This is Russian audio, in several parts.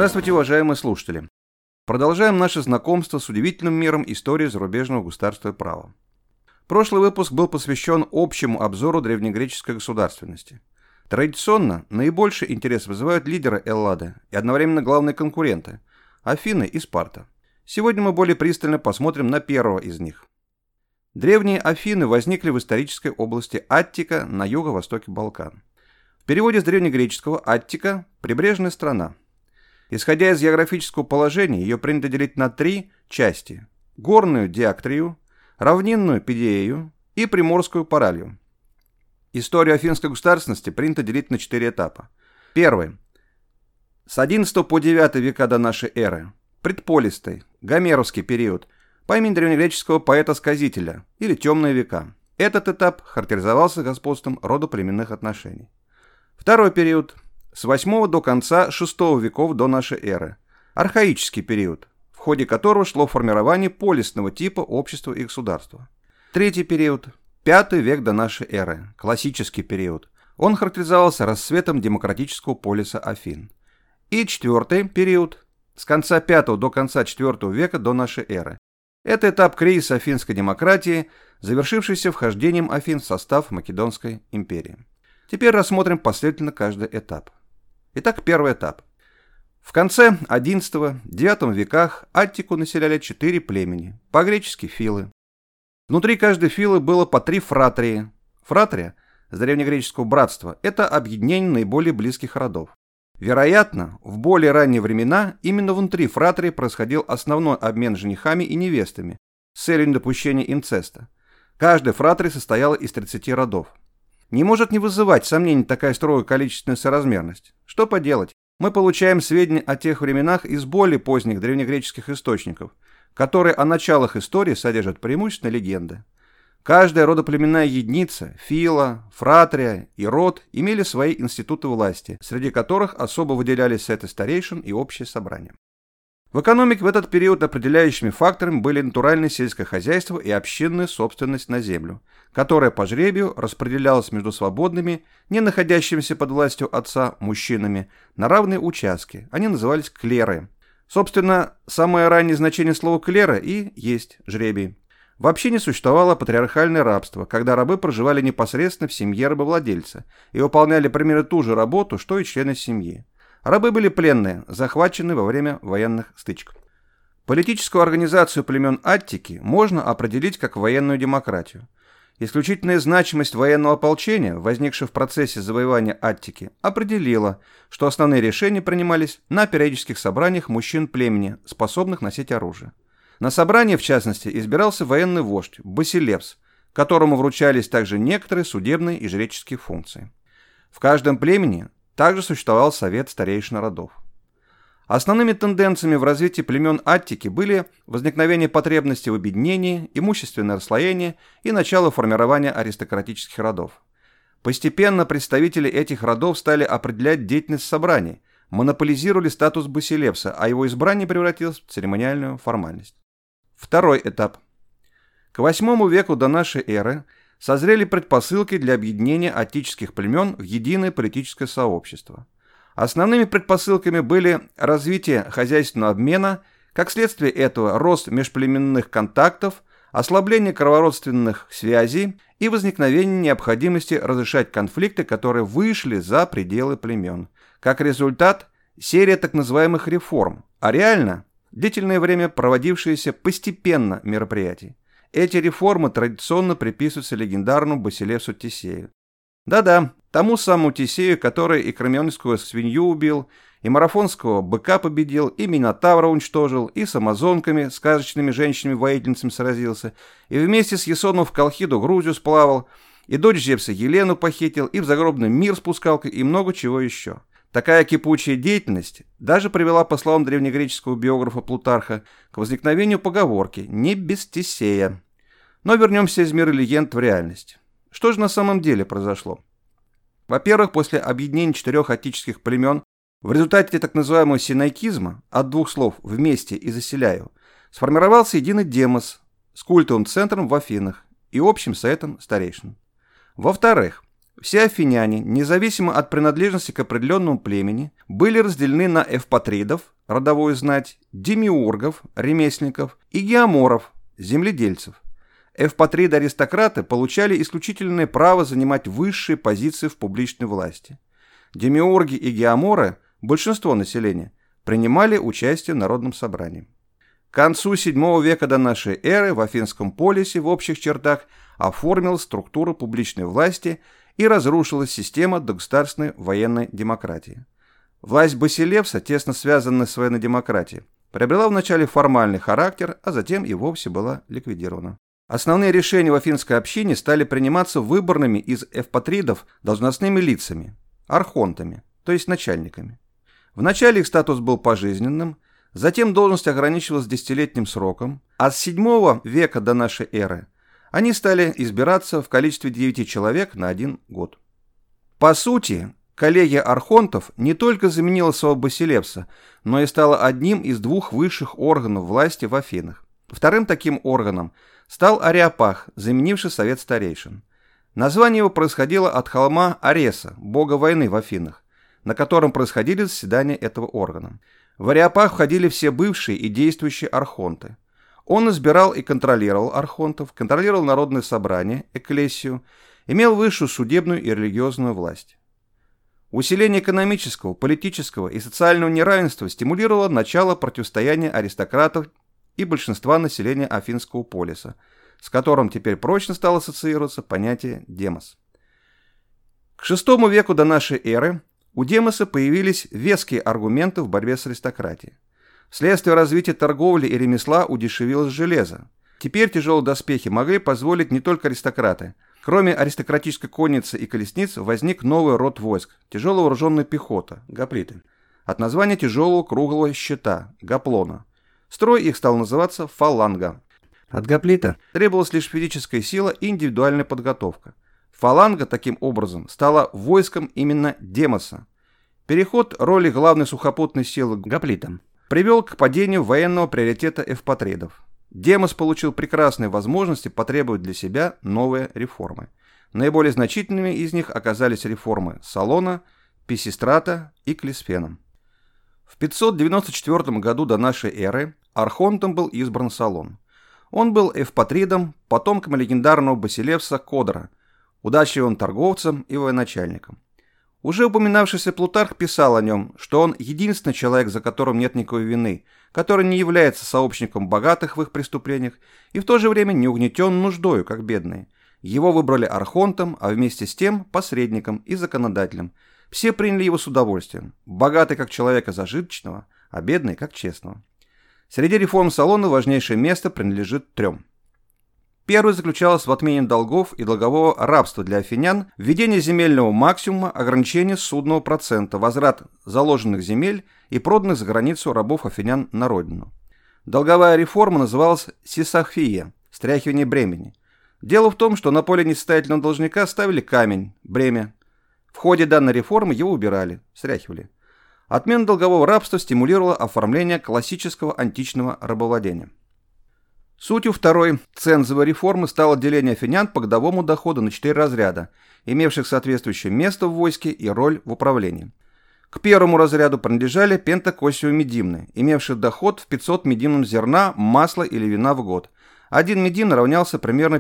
Здравствуйте, уважаемые слушатели! Продолжаем наше знакомство с удивительным миром истории зарубежного государства и права. Прошлый выпуск был посвящен общему обзору древнегреческой государственности. Традиционно наибольший интерес вызывают лидеры Эллады и одновременно главные конкуренты – Афины и Спарта. Сегодня мы более пристально посмотрим на первого из них. Древние Афины возникли в исторической области Аттика на юго-востоке Балкан. В переводе с древнегреческого «Аттика» – прибрежная страна. Исходя из географического положения, ее принято делить на три части – горную Диактрию, равнинную Пидею и приморскую Паралью. Историю афинской государственности принято делить на 4 этапа. Первый. С XI по IX века до нашей эры. Предполистый, гомеровский период, по имени древнегреческого поэта-сказителя, или темные века. Этот этап характеризовался господством родоплеменных отношений. Второй период. С 8 до конца VI веков до нашей эры. Архаический период, в ходе которого шло формирование полисного типа общества и государства. Третий период. V век до нашей эры. Классический период. Он характеризовался расцветом демократического полиса Афин. И четвертый период. С конца V до конца IV века до нашей эры. Это этап кризиса афинской демократии, завершившийся вхождением Афин в состав Македонской империи. Теперь рассмотрим последовательно каждый этап. Итак, первый этап. В конце XI-IX веках Аттику населяли 4 племени, по-гречески филы. Внутри каждой филы было по 3 фратрии. Фратрия, с древнегреческого братства, это объединение наиболее близких родов. Вероятно, в более ранние времена именно внутри фратрии происходил основной обмен женихами и невестами с целью недопущения инцеста. Каждая фратрия состояла из 30 родов. Не может не вызывать сомнений такая строгая количественная соразмерность. Что поделать? Мы получаем сведения о тех временах из более поздних древнегреческих источников, которые о началах истории содержат преимущественно легенды. Каждая родоплеменная единица, фила, фратрия и род имели свои институты власти, среди которых особо выделялись советы старейшин и общее собрание. В экономике в этот период определяющими факторами были натуральное сельское хозяйство и общинная собственность на землю, которая по жребию распределялась между свободными, не находящимися под властью отца, мужчинами, на равные участки. Они назывались клеры. Собственно, самое раннее значение слова «клера» и есть жребий. Вообще не существовало патриархальное рабство, когда рабы проживали непосредственно в семье рабовладельца и выполняли примерно ту же работу, что и члены семьи. Рабы были пленные, захваченные во время военных стычек. Политическую организацию племен Аттики можно определить как военную демократию. Исключительная значимость военного ополчения, возникшего в процессе завоевания Аттики, определила, что основные решения принимались на периодических собраниях мужчин племени, способных носить оружие. На собрании, в частности, избирался военный вождь Басилевс, которому вручались также некоторые судебные и жреческие функции. В каждом племени также существовал совет старейшин родов. Основными тенденциями в развитии племен Аттики были возникновение потребности в объединении, имущественное расслоение и начало формирования аристократических родов. Постепенно представители этих родов стали определять деятельность собраний, монополизировали статус Басилевса, а его избрание превратилось в церемониальную формальность. Второй этап. К VIII веку до нашей эры созрели предпосылки для объединения аттических племен в единое политическое сообщество. Основными предпосылками были развитие хозяйственного обмена, как следствие этого рост межплеменных контактов, ослабление кровородственных связей и возникновение необходимости разрешать конфликты, которые вышли за пределы племен. Как результат, серия так называемых реформ, а реально длительное время проводившиеся постепенно мероприятий. Эти реформы традиционно приписываются легендарному Басилевсу Тесею. Да-да, тому самому Тесею, который и кремионскую свинью убил, и марафонского быка победил, и Минотавра уничтожил, и с амазонками, сказочными женщинами-воительницами сразился, и вместе с Ясоном в Колхиду Грузию сплавал, и дочь Зевса Елену похитил, и в загробный мир спускал, и много чего еще. Такая кипучая деятельность даже привела, по словам древнегреческого биографа Плутарха, к возникновению поговорки «не без Тесея». Но вернемся из мира легенд в реальность. Что же на самом деле произошло? Во-первых, после объединения 4 аттических племен в результате так называемого синайкизма, от 2 слов «вместе» и «заселяю», сформировался единый демос с культовым центром в Афинах и общим советом старейшин. Во-вторых, все афиняне, независимо от принадлежности к определенному племени, были разделены на эвпатридов, родовую знать, демиургов, ремесленников и геоморов, земледельцев. Эвпатриды-аристократы получали исключительное право занимать высшие позиции в публичной власти. Демиурги и геоморы, большинство населения, принимали участие в народном собрании. К концу VII века до нашей эры в Афинском полисе в общих чертах оформилась структура публичной власти и разрушилась система догосударственной военной демократии. Власть Басилевса, тесно связанная с военной демократией, приобрела вначале формальный характер, а затем и вовсе была ликвидирована. Основные решения в афинской общине стали приниматься выборными из эвпатридов должностными лицами, архонтами, то есть начальниками. Вначале их статус был пожизненным, затем должность ограничивалась десятилетним сроком, а с VII века до нашей эры они стали избираться в количестве 9 человек на 1 год. По сути, коллегия архонтов не только заменила своего Басилевса, но и стала одним из 2 высших органов власти в Афинах. Вторым таким органом стал Ареопаг, заменивший совет старейшин. Название его происходило от холма Ареса, бога войны в Афинах, на котором происходили заседания этого органа. В Ареопаг входили все бывшие и действующие архонты. Он избирал и контролировал архонтов, контролировал народное собрание, экклесию, имел высшую судебную и религиозную власть. Усиление экономического, политического и социального неравенства стимулировало начало противостояния аристократов и большинства населения Афинского полиса, с которым теперь прочно стало ассоциироваться понятие демос. К VI веку до нашей эры у демоса появились веские аргументы в борьбе с аристократией. Вследствие развития торговли и ремесла удешевилось железо. Теперь тяжелые доспехи могли позволить не только аристократы. Кроме аристократической конницы и колесниц возник новый род войск – тяжело вооруженная пехота – гоплиты. От названия тяжелого круглого щита – гоплона. Строй их стал называться фаланга. От гоплита требовалась лишь физическая сила и индивидуальная подготовка. Фаланга, таким образом, стала войском именно демоса. Переход роли главной сухопутной силы к гоплитам привел к падению военного приоритета эвпатридов. Демос получил прекрасные возможности потребовать для себя новые реформы. Наиболее значительными из них оказались реформы Салона, Писистрата и Клисфена. В 594 году до нашей эры архонтом был избран Салон. Он был эвпатридом, потомком легендарного Басилевса Кодора, удачливым торговцем и военачальником. Уже упоминавшийся Плутарх писал о нем, что он единственный человек, за которым нет никакой вины, который не является сообщником богатых в их преступлениях и в то же время не угнетен нуждою, как бедные. Его выбрали архонтом, а вместе с тем посредником и законодателем. Все приняли его с удовольствием, богатый как человека зажиточного, а бедный как честного. Среди реформ Салона важнейшее место принадлежит 3. Первой заключалась в отмене долгов и долгового рабства для афинян, введение земельного максимума, ограничение судного процента, возврат заложенных земель и проданных за границу рабов афинян на родину. Долговая реформа называлась сисахия – стряхивание бремени. Дело в том, что на поле несостоятельного должника ставили камень, бремя. В ходе данной реформы его убирали, стряхивали. Отмена долгового рабства стимулировала оформление классического античного рабовладения. Сутью второй цензовой реформы стало деление афинян по годовому доходу на 4 разряда, имевших соответствующее место в войске и роль в управлении. К первому разряду принадлежали пентакосио-медимны, имевшие доход в 500 медимн зерна, масла или вина в год. 1 медимн равнялся примерно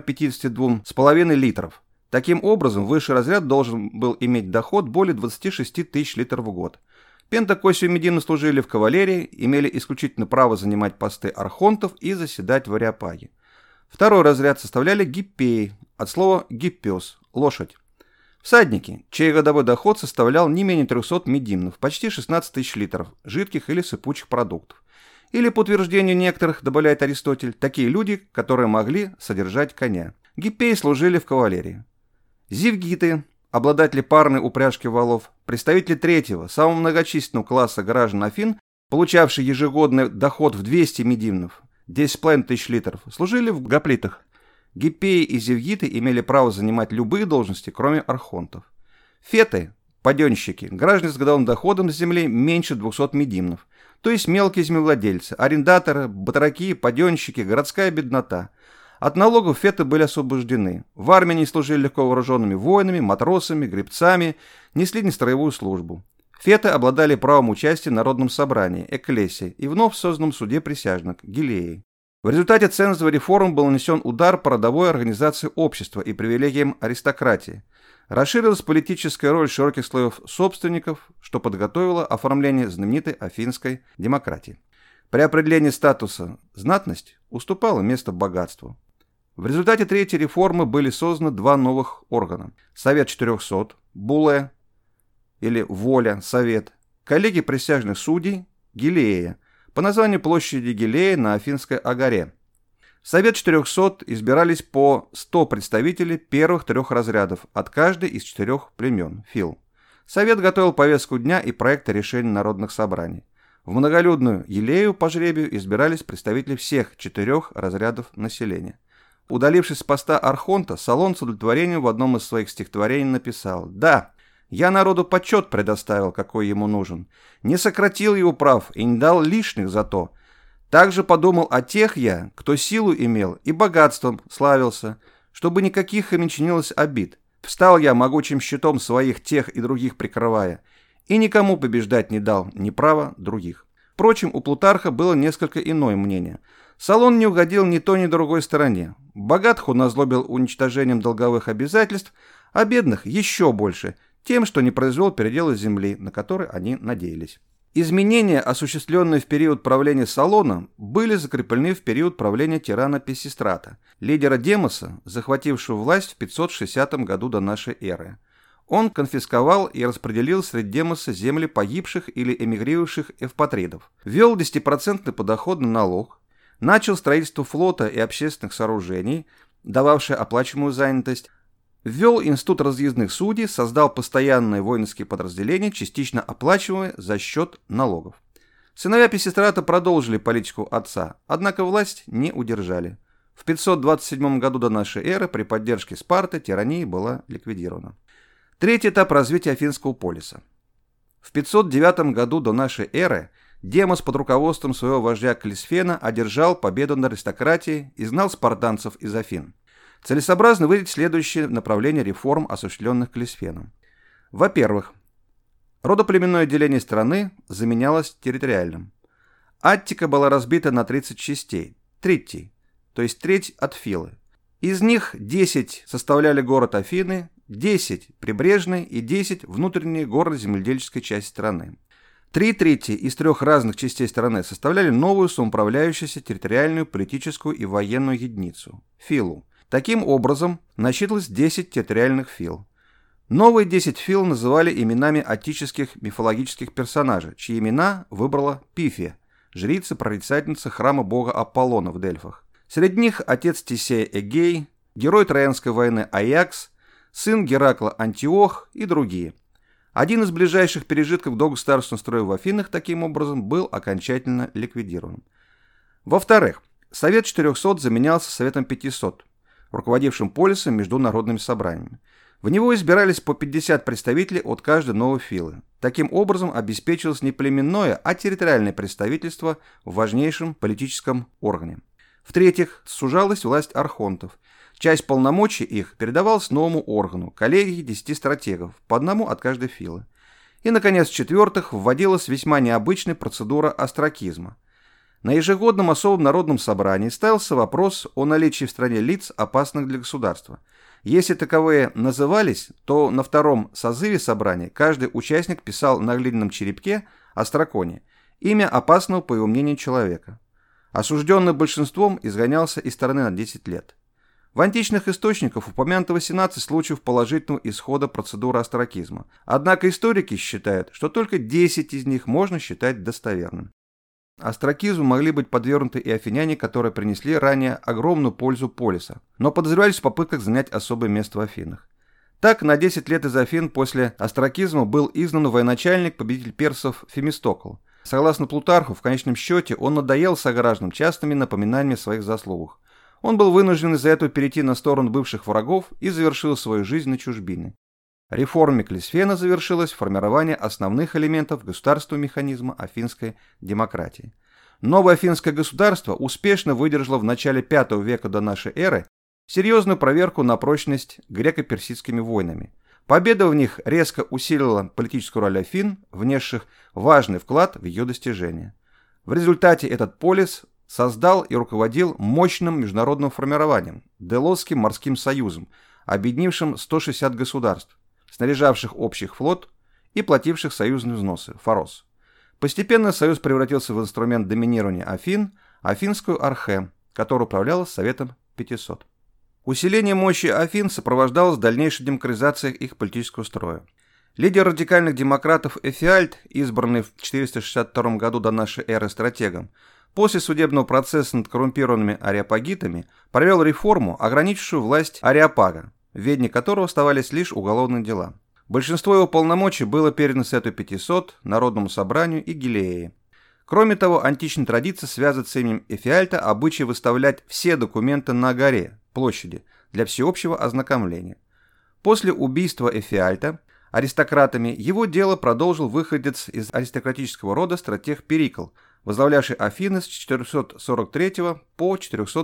52,5 литров. Таким образом, высший разряд должен был иметь доход более 26 тысяч литров в год. Пентакосио-медимны служили в кавалерии, имели исключительно право занимать посты архонтов и заседать в Ареопаге. Второй разряд составляли гиппеи, от слова гиппиос – лошадь. Всадники, чей годовой доход составлял не менее 300 медимнов, почти 16 тысяч литров, жидких или сыпучих продуктов. Или, по утверждению некоторых, добавляет Аристотель, такие люди, которые могли содержать коня. Гиппеи служили в кавалерии. Зевгиты, обладатели парной упряжки валов, представители третьего, самого многочисленного класса граждан Афин, получавшие ежегодный доход в 200 медимнов, 10,5 тысяч литров, служили в гоплитах. Гиппеи и зевгиты имели право занимать любые должности, кроме архонтов. Феты, паденщики, граждане с годовым доходом с земли меньше 200 медимнов, то есть мелкие землевладельцы, арендаторы, батраки, паденщики, городская беднота. От налогов феты были освобождены. В армии они служили легко вооруженными воинами, матросами, гребцами, несли нестроевую службу. Феты обладали правом участия в народном собрании, экклесии и вновь созданном суде присяжных, гилеи. В результате цензовой реформы был нанесен удар по родовой организации общества и привилегиям аристократии. Расширилась политическая роль широких слоев собственников, что подготовило оформление знаменитой афинской демократии. При определении статуса знатность уступала место богатству. В результате третьей реформы были созданы два новых органа – Совет 400, Буле или Воля, Совет, коллегия присяжных судей, Гилея, по названию площади Гилея на Афинской Агаре. В Совет 400 избирались по 100 представителей первых трех разрядов от каждой из 4 племен, фил. Совет готовил повестку дня и проекты решений народных собраний. В многолюдную Гилею по жребию избирались представители всех 4 разрядов населения. Удалившись с поста архонта, Солон с удовлетворением в одном из своих стихотворений написал: «Да, я народу почет предоставил, какой ему нужен, не сократил его прав и не дал лишних за то. Также подумал о тех я, кто силу имел и богатством славился, чтобы никаких им не чинилось обид. Встал я могучим щитом своих тех и других прикрывая, и никому побеждать не дал ни права других». Впрочем, у Плутарха было несколько иное мнение. Солон не угодил ни той, ни другой стороне. Богатых он озлобил уничтожением долговых обязательств, а бедных еще больше, тем, что не произвел передела земли, на который они надеялись. Изменения, осуществленные в период правления Солона, были закреплены в период правления тирана Писистрата, лидера Демоса, захватившего власть в 560 году до нашей эры. Он конфисковал и распределил среди Демоса земли погибших или эмигрировавших эвпатридов, ввел 10% подоходный налог, начал строительство флота и общественных сооружений, дававшее оплачиваемую занятость, ввел институт разъездных судей, создал постоянные воинские подразделения, частично оплачиваемые за счет налогов. Сыновья Писистрата продолжили политику отца, однако власть не удержали. В 527 году до нашей эры при поддержке Спарты тирания была ликвидирована. Третий этап развития Афинского полиса. В 509 году до нашей эры Демос под руководством своего вождя Клисфена одержал победу над аристократией и изгнал спартанцев из Афин. Целесообразно выделить следующее направление реформ, осуществленных Клисфеном. Во-первых, родоплеменное деление страны заменялось территориальным. Аттика была разбита на 30 частей, тритий, то есть треть от Филы. Из них 10 составляли город Афины, 10 прибрежные и 10 внутренние горно-земледельческой части страны. 3/3 из 3 разных частей страны составляли новую самоуправляющуюся территориальную, политическую и военную единицу – Филу. Таким образом, насчитывалось 10 территориальных фил. Новые 10 фил называли именами аттических мифологических персонажей, чьи имена выбрала Пифия, жрица-прорицательница храма бога Аполлона в Дельфах. Среди них отец Тесея Эгей, герой Троянской войны Аякс, сын Геракла Антиох и другие. Один из ближайших пережитков до государственного строя в Афинах таким образом был окончательно ликвидирован. Во-вторых, Совет 400 заменялся Советом 500, руководившим полисом между народными собраниями. В него избирались по 50 представителей от каждой новой филы. Таким образом обеспечивалось не племенное, а территориальное представительство в важнейшем политическом органе. В-третьих, сужалась власть архонтов. Часть полномочий их передавалась новому органу, коллегии 10 стратегов, по одному от каждой филы. И, наконец, в-четвертых, вводилась весьма необычная процедура остракизма. На ежегодном особом народном собрании ставился вопрос о наличии в стране лиц, опасных для государства. Если таковые назывались, то на втором созыве собрания каждый участник писал на глиняном черепке остраконе имя опасного, по его мнению, человека. Осужденный большинством изгонялся из страны на 10 лет. В античных источниках упомянуто 18 случаев положительного исхода процедуры остракизма. Однако историки считают, что только 10 из них можно считать достоверным. Остракизму могли быть подвергнуты и афиняне, которые принесли ранее огромную пользу полиса, но подозревались в попытках занять особое место в Афинах. Так, на 10 лет из Афин после остракизма был изгнан военачальник, победитель персов Фемистокл. Согласно Плутарху, в конечном счете он надоел согражданам частыми напоминаниями о своих заслугах. Он был вынужден из-за этого перейти на сторону бывших врагов и завершил свою жизнь на чужбине. Реформой Клисфена завершилось формирование основных элементов государственного механизма афинской демократии. Новое афинское государство успешно выдержало в начале V века до нашей эры серьезную проверку на прочность греко-персидскими войнами. Победа в них резко усилила политическую роль Афин, внесших важный вклад в ее достижение. В результате этот полис создал и руководил мощным международным формированием – Делосским морским союзом, объединившим 160 государств, снаряжавших общий флот и плативших союзные взносы – Фарос. Постепенно союз превратился в инструмент доминирования Афин, Афинскую архе, которая управляла Советом 500. Усиление мощи Афин сопровождалось дальнейшей демократизацией их политического строя. Лидер радикальных демократов Эфиальт, избранный в 462 году до нашей эры стратегом, после судебного процесса над коррумпированными ареопагитами провел реформу, ограничившую власть ареопага, в ведении которого оставались лишь уголовные дела. Большинство его полномочий было передано Совету 500, Народному собранию и Гилеи. Кроме того, античная традиция связывает с именем Эфиальта обычай выставлять все документы на горе, площади, для всеобщего ознакомления. После убийства Эфиальта аристократами его дело продолжил выходец из аристократического рода стратег Перикл, возглавлявший Афины с 443 по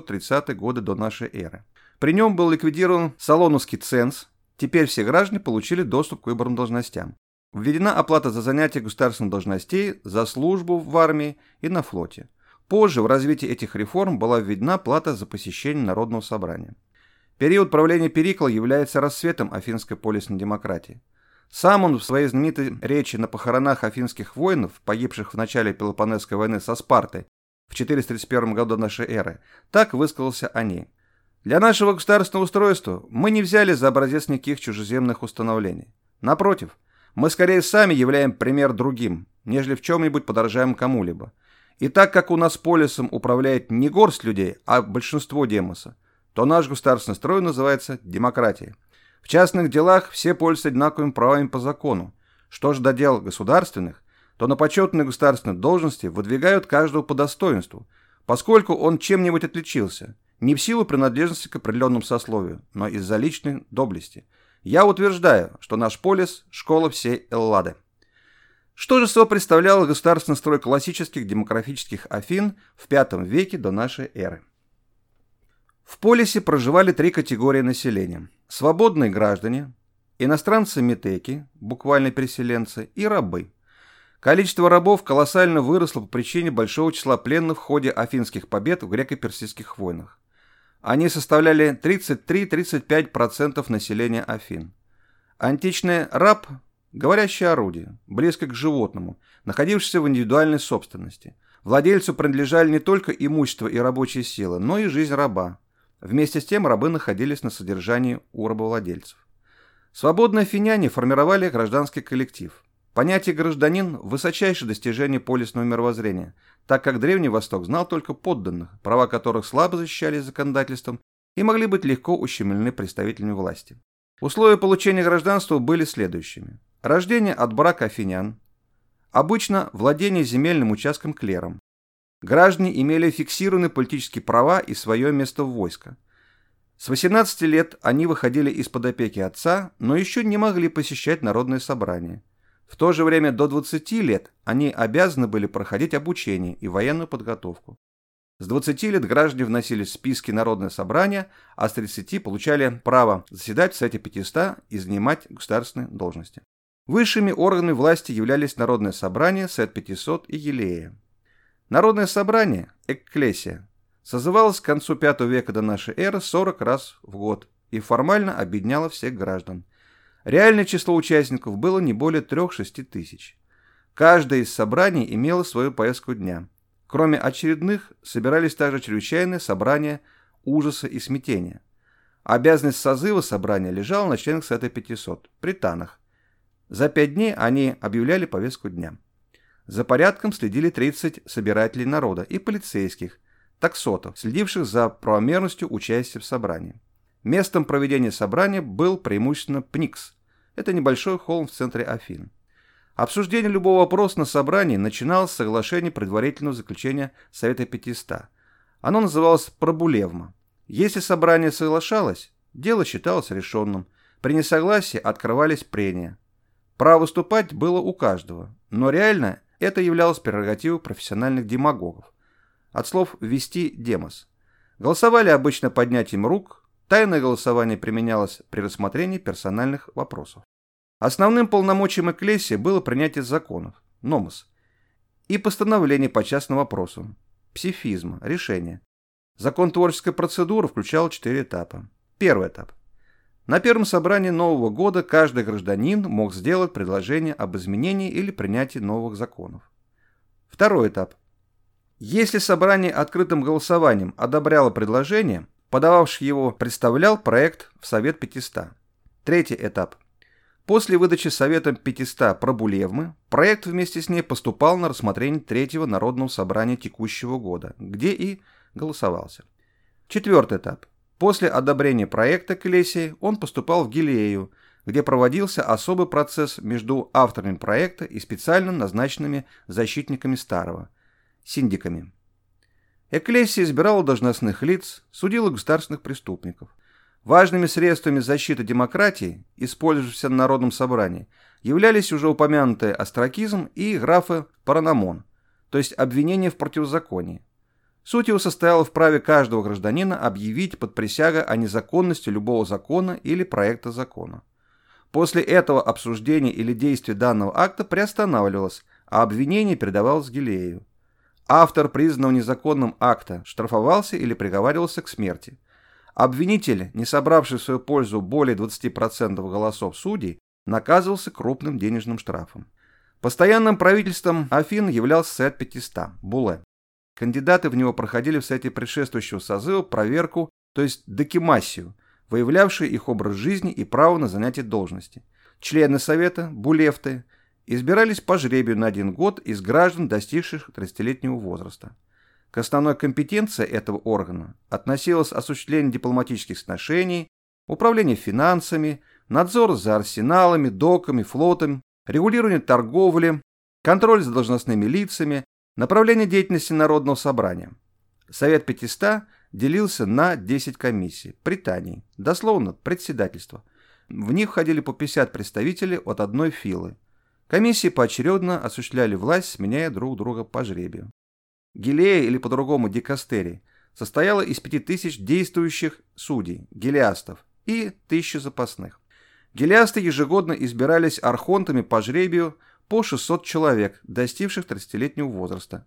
430 годы до нашей эры. При нем был ликвидирован Салонусский ценз, теперь все граждане получили доступ к выборным должностям. Введена оплата за занятие государственных должностей, за службу в армии и на флоте. Позже в развитии этих реформ была введена плата за посещение Народного собрания. Период правления Перикла является расцветом афинской полисной демократии. Сам он в своей знаменитой речи на похоронах афинских воинов, погибших в начале Пелопоннесской войны со Спартой в 431 году до нашей эры, так высказался о ней. «Для нашего государственного устройства мы не взяли за образец никаких чужеземных установлений. Напротив, мы скорее сами являем пример другим, нежели в чем-нибудь подражаем кому-либо. И так как у нас полисом управляет не горсть людей, а большинство демоса, то наш государственный строй называется демократией. В частных делах все пользуются одинаковыми правами по закону. Что же до дел государственных, то на почетные государственные должности выдвигают каждого по достоинству, поскольку он чем-нибудь отличился, не в силу принадлежности к определенному сословию, но из-за личной доблести. Я утверждаю, что наш полис – школа всей Эллады». Что же собой представлял государственный строй классических демографических Афин в V веке до нашей эры? В полисе проживали три категории населения: свободные граждане, иностранцы-метеки, буквально переселенцы, и рабы. Количество рабов колоссально выросло по причине большого числа пленных в ходе афинских побед в греко-персидских войнах. Они составляли 33-35% населения Афин. Античный раб – говорящее орудие, близко к животному, находившееся в индивидуальной собственности. Владельцу принадлежали не только имущество и рабочие силы, но и жизнь раба. Вместе с тем рабы находились на содержании у рабовладельцев. Свободные афиняне формировали гражданский коллектив. Понятие «гражданин» – высочайшее достижение полисного мировоззрения, так как Древний Восток знал только подданных, права которых слабо защищались законодательством и могли быть легко ущемлены представителями власти. Условия получения гражданства были следующими: рождение от брака афинян, обычно владение земельным участком клером. Граждане имели фиксированные политические права и свое место в войско. С 18 лет они выходили из-под опеки отца, но еще не могли посещать народные собрания. В то же время до 20 лет они обязаны были проходить обучение и военную подготовку. С 20 лет граждане вносили в списки народное собрание, а с 30 получали право заседать в Совете 500 и занимать государственные должности. Высшими органами власти являлись Народное собрание, Совет 500 и Гилея. Народное собрание, экклесия, созывалось к концу V века до нашей эры 40 раз в год и формально объединяло всех граждан. Реальное число участников было не более 3-6 тысяч. Каждое из собраний имело свою повестку дня. Кроме очередных, собирались также чрезвычайные собрания ужаса и смятения. Обязанность созыва собрания лежала на членах Совета 500, пританах. За 5 дней они объявляли повестку дня. За порядком следили 30 собирателей народа и полицейских, таксотов, следивших за правомерностью участия в собрании. Местом проведения собрания был преимущественно Пникс. Это небольшой холм в центре Афин. Обсуждение любого вопроса на собрании начиналось с соглашения предварительного заключения Совета 500. Оно называлось пробулевма. Если собрание соглашалось, дело считалось решенным. При несогласии открывались прения. Право выступать было у каждого, но реально это являлось прерогативой профессиональных демагогов. От слов «вести демос». Голосовали обычно поднятием рук, тайное голосование применялось при рассмотрении персональных вопросов. Основным полномочием экклесии было принятие законов, номос, и постановление по частному вопросу, псифизма, решение. Закон творческой процедуры включал 4 этапа. Первый этап. На первом собрании Нового года каждый гражданин мог сделать предложение об изменении или принятии новых законов. Второй этап. Если собрание открытым голосованием одобряло предложение, подававший его представлял проект в Совет 500. Третий этап. После выдачи Советом 500 пробулевмы, проект вместе с ней поступал на рассмотрение Третьего Народного собрания текущего года, где и голосовался. Четвертый этап. После одобрения проекта экклесии он поступал в Гилею, где проводился особый процесс между авторами проекта и специально назначенными защитниками старого, синдиками. Экклесия избирала должностных лиц, судила государственных преступников. Важными средствами защиты демократии, использующихся на Народном собрании, являлись уже упомянутые остракизм и графы параномон, то есть обвинение в противозаконии. Суть его состояла в праве каждого гражданина объявить под присягой о незаконности любого закона или проекта закона. После этого обсуждение или действие данного акта приостанавливалось, а обвинение передавалось Гилею. Автор признанного незаконным акта штрафовался или приговаривался к смерти. Обвинитель, не собравший в свою пользу более 20% голосов судей, наказывался крупным денежным штрафом. Постоянным правительством Афин являлся Совет 500, Буле. Кандидаты в него проходили в Совете предшествующего созыва проверку, то есть докимассию, выявлявшую их образ жизни и право на занятие должности. Члены Совета, булевты, избирались по жребию на 1 год из граждан, достигших 30-летнего возраста. К основной компетенции этого органа относилось осуществление дипломатических сношений, управление финансами, надзор за арсеналами, доками, флотом, регулирование торговли, контроль за должностными лицами, направление деятельности Народного собрания. Совет 500 делился на 10 комиссий, пританий, дословно председательство. В них входили по 50 представителей от одной филы. Комиссии поочередно осуществляли власть, сменяя друг друга по жребию. Гилея, или по-другому дикастерий, состояла из 5000 действующих судей, гилеастов, и 1000 запасных. Гилеасты ежегодно избирались архонтами по жребию по 600 человек, достигших 30-летнего возраста.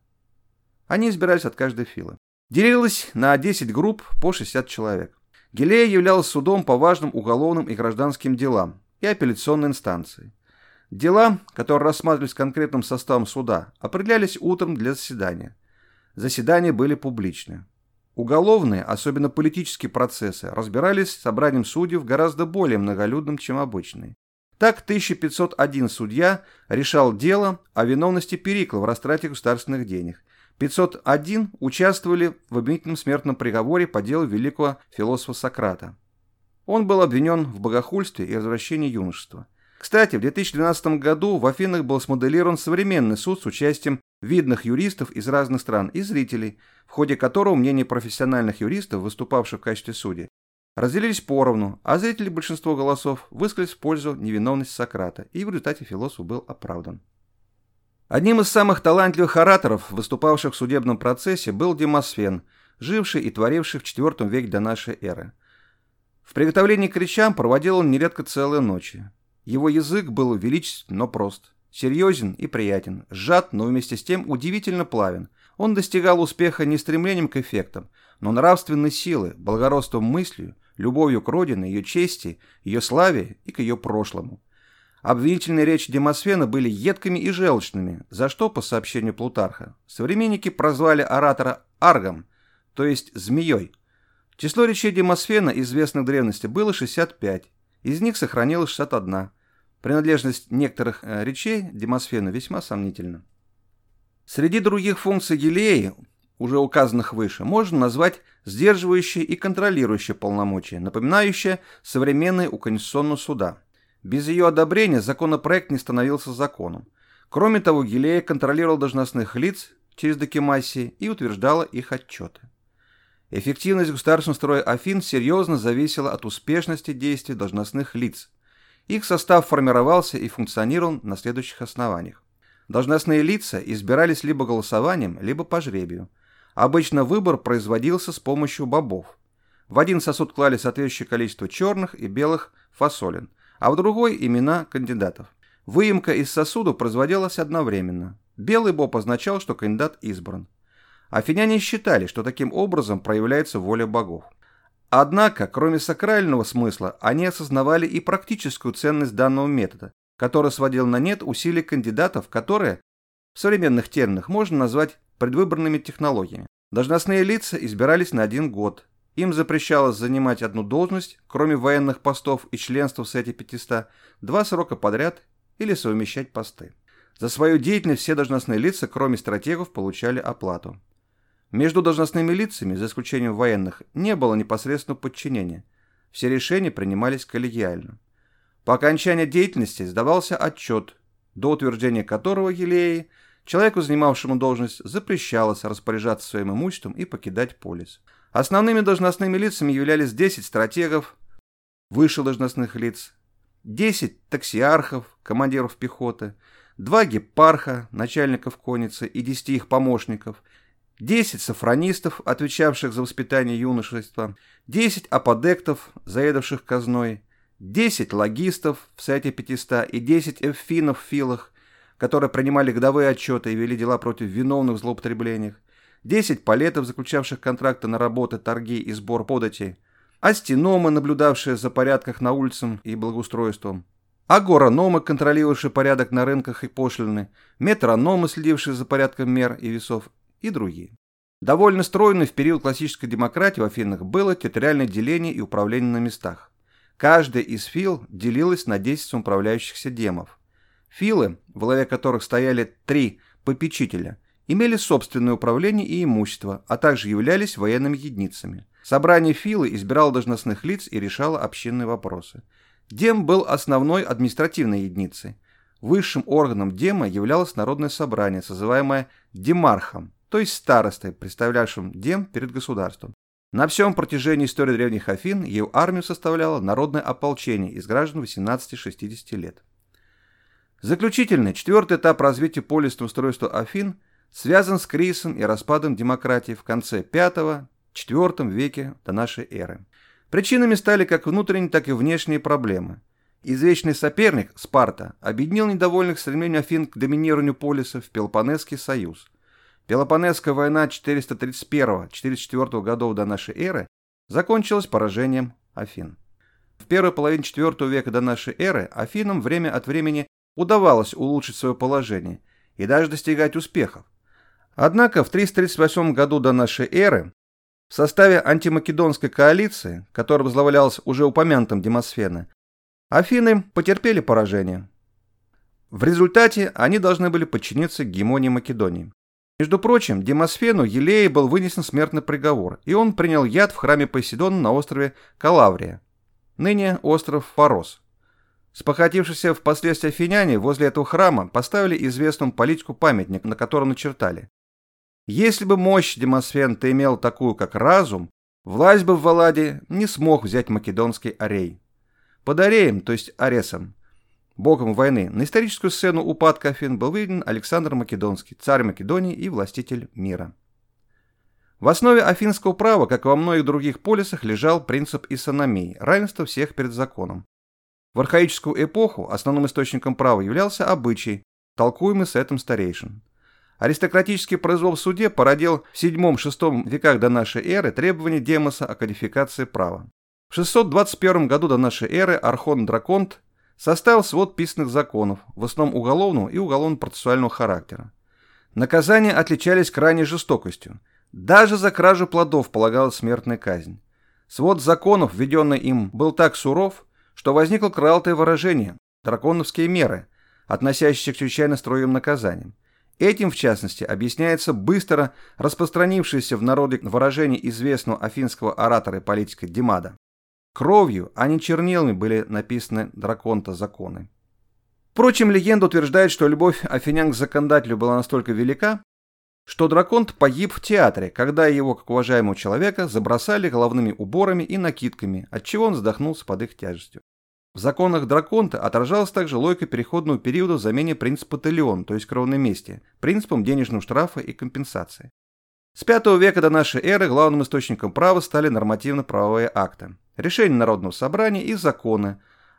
Они избирались от каждой филы. Делилось на 10 групп по 60 человек. Гилея являлась судом по важным уголовным и гражданским делам и апелляционной инстанцией. Дела, которые рассматривались конкретным составом суда, определялись утром для заседания. Заседания были публичны. Уголовные, особенно политические процессы, разбирались собранием судей гораздо более многолюдным, чем обычные. Так 1501 судья решал дело о виновности Перикла в растрате государственных денег. 501 участвовали в обвинительном смертном приговоре по делу великого философа Сократа. Он был обвинен в богохульстве и развращении юношества. Кстати, в 2012 году в Афинах был смоделирован современный суд с участием видных юристов из разных стран и зрителей, в ходе которого мнения профессиональных юристов, выступавших в качестве судей, разделились поровну, а зрители большинство голосов высказались в пользу невиновности Сократа, и в результате философ был оправдан. Одним из самых талантливых ораторов, выступавших в судебном процессе, был Демосфен, живший и творивший в IV веке до нашей эры. В приготовлении к речам проводил он нередко целые ночи. Его язык был величествен, но прост, серьезен и приятен, сжат, но вместе с тем удивительно плавен. Он достигал успеха не стремлением к эффектам, но нравственной силы, благородством мыслью, любовью к родине, ее чести, ее славе и к ее прошлому. Обвинительные речи Демосфена были едкими и желчными, за что, по сообщению Плутарха, современники прозвали оратора Аргом, то есть змеей. Число речей Демосфена, известных в древности, было 65, из них сохранилось 61. Принадлежность некоторых речей Демосфена весьма сомнительна. Среди других функций Гилеи, уже указанных выше, можно назвать сдерживающие и контролирующие полномочия, напоминающие современные у Конституционного суда. Без ее одобрения законопроект не становился законом. Кроме того, Гилея контролировала должностных лиц через докимассии и утверждала их отчеты. Эффективность государственного строя Афин серьезно зависела от успешности действий должностных лиц. Их состав формировался и функционировал на следующих основаниях. Должностные лица избирались либо голосованием, либо по жребию. Обычно выбор производился с помощью бобов. В один сосуд клали соответствующее количество черных и белых фасолин, а в другой – имена кандидатов. Выемка из сосудов производилась одновременно. Белый боб означал, что кандидат избран. Афиняне считали, что таким образом проявляется воля богов. Однако, кроме сакрального смысла, они осознавали и практическую ценность данного метода, который сводил на нет усилия кандидатов, которые, в современных терминах, можно назвать предвыборными технологиями. Должностные лица избирались на 1 год. Им запрещалось занимать одну должность, кроме военных постов и членства в Совете 500, 2 срока подряд или совмещать посты. За свою деятельность все должностные лица, кроме стратегов, получали оплату. Между должностными лицами, за исключением военных, не было непосредственного подчинения. Все решения принимались коллегиально. По окончании деятельности сдавался отчет, до утверждения которого Елеи, человеку, занимавшему должность, запрещалось распоряжаться своим имуществом и покидать полис. Основными должностными лицами являлись 10 стратегов, выше должностных лиц, 10 таксиархов, командиров пехоты, 2 гепарха, начальников конницы и 10 их помощников, 10 софронистов, отвечавших за воспитание юношества, 10 аподектов, заедавших казной, 10 логистов в Совете 500 и 10 эвфинов в филах, которые принимали годовые отчеты и вели дела против виновных в злоупотреблениях, 10 палетов, заключавших контракты на работы, торги и сбор податей, астеномы, наблюдавшие за порядком на улицах и благоустройством, агорономы, контролировавшие порядок на рынках и пошлины, метрономы, следившие за порядком мер и весов, и другие. Довольно стройной в период классической демократии в Афинах было территориальное деление и управление на местах. Каждая из фил делилась на 10 управляющихся демов. Филы, в главе которых стояли 3 попечителя, имели собственное управление и имущество, а также являлись военными единицами. Собрание филы избирало должностных лиц и решало общинные вопросы. Дем был основной административной единицей. Высшим органом дема являлось народное собрание, созываемое демархом, то есть старостой, представлявшим дем перед государством. На всем протяжении истории древних Афин ее армию составляло народное ополчение из граждан 18-60 лет. Заключительный, 4-й этап развития полисного устройства Афин связан с кризисом и распадом демократии в конце V-IV веке до нашей эры. Причинами стали как внутренние, так и внешние проблемы. Извечный соперник, Спарта, объединил недовольных стремлением Афин к доминированию полиса в Пелопоннесский союз. Пелопоннесская война 431-404 годов до нашей эры закончилась поражением Афин. В первой половине IV века до нашей эры Афинам время от времени удавалось улучшить свое положение и даже достигать успехов. Однако в 338 году до нашей эры в составе антимакедонской коалиции, которая возглавлялась уже упомянутым Демосфеной, Афины потерпели поражение. В результате они должны были подчиниться гегемонии Македонии. Между прочим, Демосфену Елеи был вынесен смертный приговор, и он принял яд в храме Посейдона на острове Калаврия, ныне остров Фарос. Спохватившиеся впоследствии афиняне возле этого храма поставили известному политику памятник, на котором начертали: «Если бы мощь Демосфен-то имел такую, как разум, власть бы в Валладе не смог взять македонский Арей». Под Ареем, то есть Аресом, богом войны, на историческую сцену упадка Афин был выведен Александр Македонский, царь Македонии и властитель мира. В основе афинского права, как и во многих других полисах, лежал принцип исономии, равенства всех перед законом. В архаическую эпоху основным источником права являлся обычай, толкуемый советом старейшин. Аристократический произвол в суде породил в VII-VI веках до нашей эры требования Демоса о кодификации права. В 621 году до нашей эры архон Драконт составил свод писанных законов, в основном уголовного и уголовно-процессуального характера. Наказания отличались крайней жестокостью. Даже за кражу плодов полагалась смертная казнь. Свод законов, введенный им, был так суров, что возникло крылатое выражение «драконовские меры», относящиеся к чрезвычайно строгим наказаниям. Этим, в частности, объясняется быстро распространившееся в народе выражение известного афинского оратора и политика Димада. Кровью, а не чернилами были написаны Драконта законы. Впрочем, легенда утверждает, что любовь афинян к законодателю была настолько велика, что Драконт погиб в театре, когда его, как уважаемого человека, забросали головными уборами и накидками, отчего он задохнулся под их тяжестью. В законах Драконта отражалась также логика переходного периода в замене принципа талион, то есть кровной мести, принципом денежного штрафа и компенсации. С V века до нашей эры главным источником права стали нормативно-правовые акты, решения Народного собрания и законы,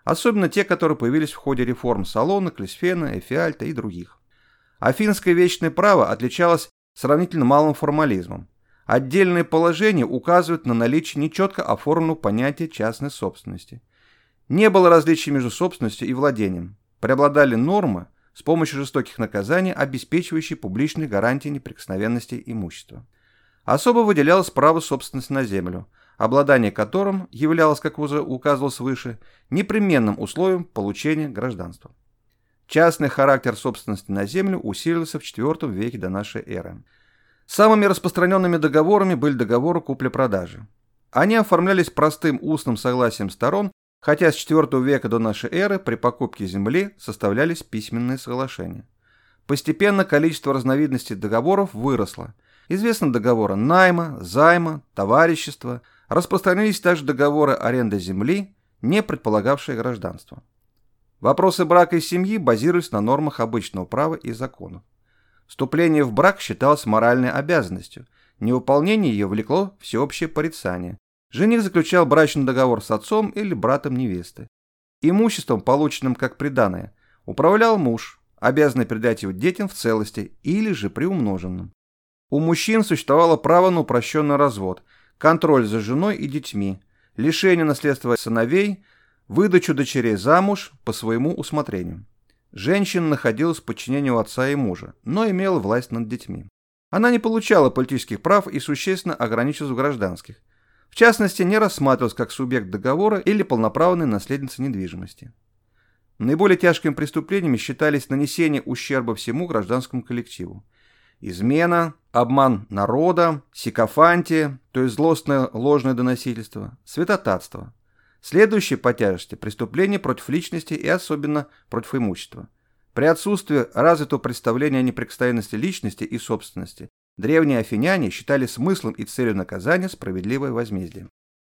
особенно те, которые появились в ходе реформ Солона, Клисфена, Эфиальта и других. Афинское вечное право отличалось сравнительно малым формализмом. Отдельные положения указывают на наличие нечетко оформленного понятия частной собственности. Не было различий между собственностью и владением. Преобладали нормы, с помощью жестоких наказаний, обеспечивающие публичные гарантии неприкосновенности имущества. Особо выделялось право собственности на землю, обладание которым являлось, как уже указывалось выше, непременным условием получения гражданства. Частный характер собственности на землю усилился в IV веке до нашей эры. Самыми распространенными договорами были договоры купли-продажи. Они оформлялись простым устным согласием сторон, хотя с IV века до нашей эры при покупке земли составлялись письменные соглашения. Постепенно количество разновидностей договоров выросло. Известны договоры найма, займа, товарищества, распространились также договоры аренды земли, не предполагавшие гражданство. Вопросы брака и семьи базировались на нормах обычного права и законов. Вступление в брак считалось моральной обязанностью, невыполнение ее влекло всеобщее порицание. Жених заключал брачный договор с отцом или братом невесты. Имуществом, полученным как приданое, управлял муж, обязанный передать его детям в целости или же приумноженным. У мужчин существовало право на упрощенный развод, контроль за женой и детьми, лишение наследства сыновей, выдачу дочерей замуж по своему усмотрению. Женщина находилась в подчинении у отца и мужа, но имела власть над детьми. Она не получала политических прав и существенно ограничивалась в гражданских. В частности, не рассматривалась как субъект договора или полноправная наследница недвижимости. Наиболее тяжкими преступлениями считались нанесение ущерба всему гражданскому коллективу, измена, обман народа, сикофантия, то есть злостное ложное доносительство, святотатство. Следующие по тяжести преступления против личности и особенно против имущества. При отсутствии развитого представления о неприкосновенности личности и собственности, древние афиняне считали смыслом и целью наказания справедливое возмездие.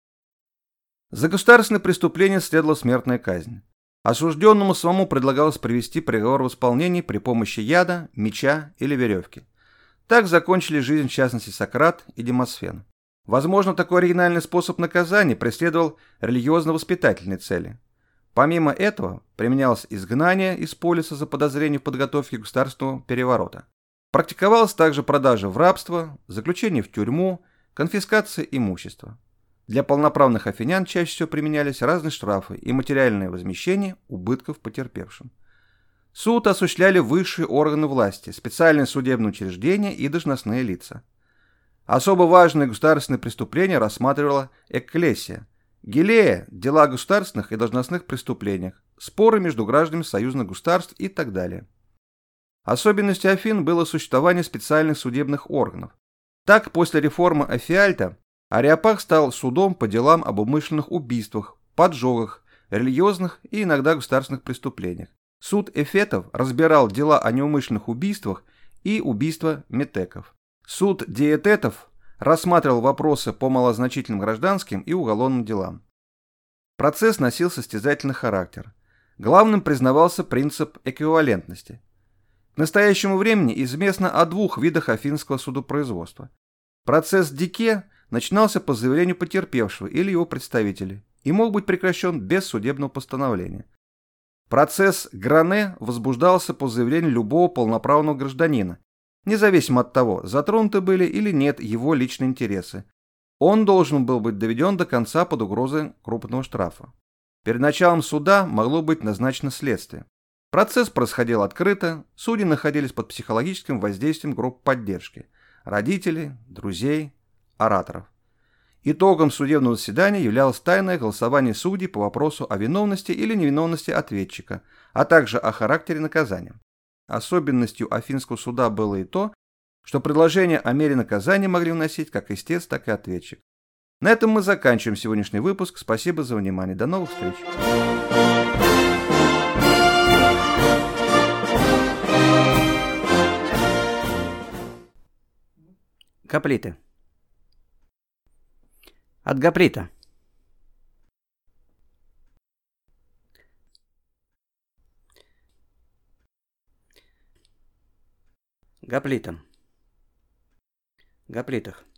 За государственное преступление следовала смертная казнь. Осужденному самому предлагалось привести приговор в исполнение при помощи яда, меча или веревки. Так закончили жизнь в частности Сократ и Демосфен. Возможно, такой оригинальный способ наказания преследовал религиозно-воспитательные цели. Помимо этого, применялось изгнание из полиса за подозрение в подготовке государственного переворота. Практиковалась также продажа в рабство, заключение в тюрьму, конфискация имущества. Для полноправных афинян чаще всего применялись разные штрафы и материальное возмещение убытков потерпевшим. Суд осуществляли высшие органы власти, специальные судебные учреждения и должностные лица. Особо важные государственные преступления рассматривала экклесия. Гилея – дела о государственных и должностных преступлениях, споры между гражданами союзных государств и так далее. Особенностью Афин было существование специальных судебных органов. Так, после реформы Эфиальта, Ареопаг стал судом по делам об умышленных убийствах, поджогах, религиозных и иногда государственных преступлениях. Суд эфетов разбирал дела о неумышленных убийствах и убийства метеков. Суд диететов рассматривал вопросы по малозначительным гражданским и уголовным делам. Процесс носил состязательный характер. Главным признавался принцип эквивалентности. К настоящему времени известно о двух видах афинского судопроизводства. Процесс дике начинался по заявлению потерпевшего или его представителей и мог быть прекращен без судебного постановления. Процесс гране возбуждался по заявлению любого полноправного гражданина, независимо от того, затронуты были или нет его личные интересы. Он должен был быть доведен до конца под угрозой крупного штрафа. Перед началом суда могло быть назначено следствие. Процесс происходил открыто, судьи находились под психологическим воздействием групп поддержки – родителей, друзей, ораторов. Итогом судебного заседания являлось тайное голосование судей по вопросу о виновности или невиновности ответчика, а также о характере наказания. Особенностью афинского суда было и то, что предложения о мере наказания могли вносить как истец, так и ответчик. На этом мы заканчиваем сегодняшний выпуск. Спасибо за внимание. До новых встреч. Гоплиты. От гоплита. Гоплитам. Гоплитах.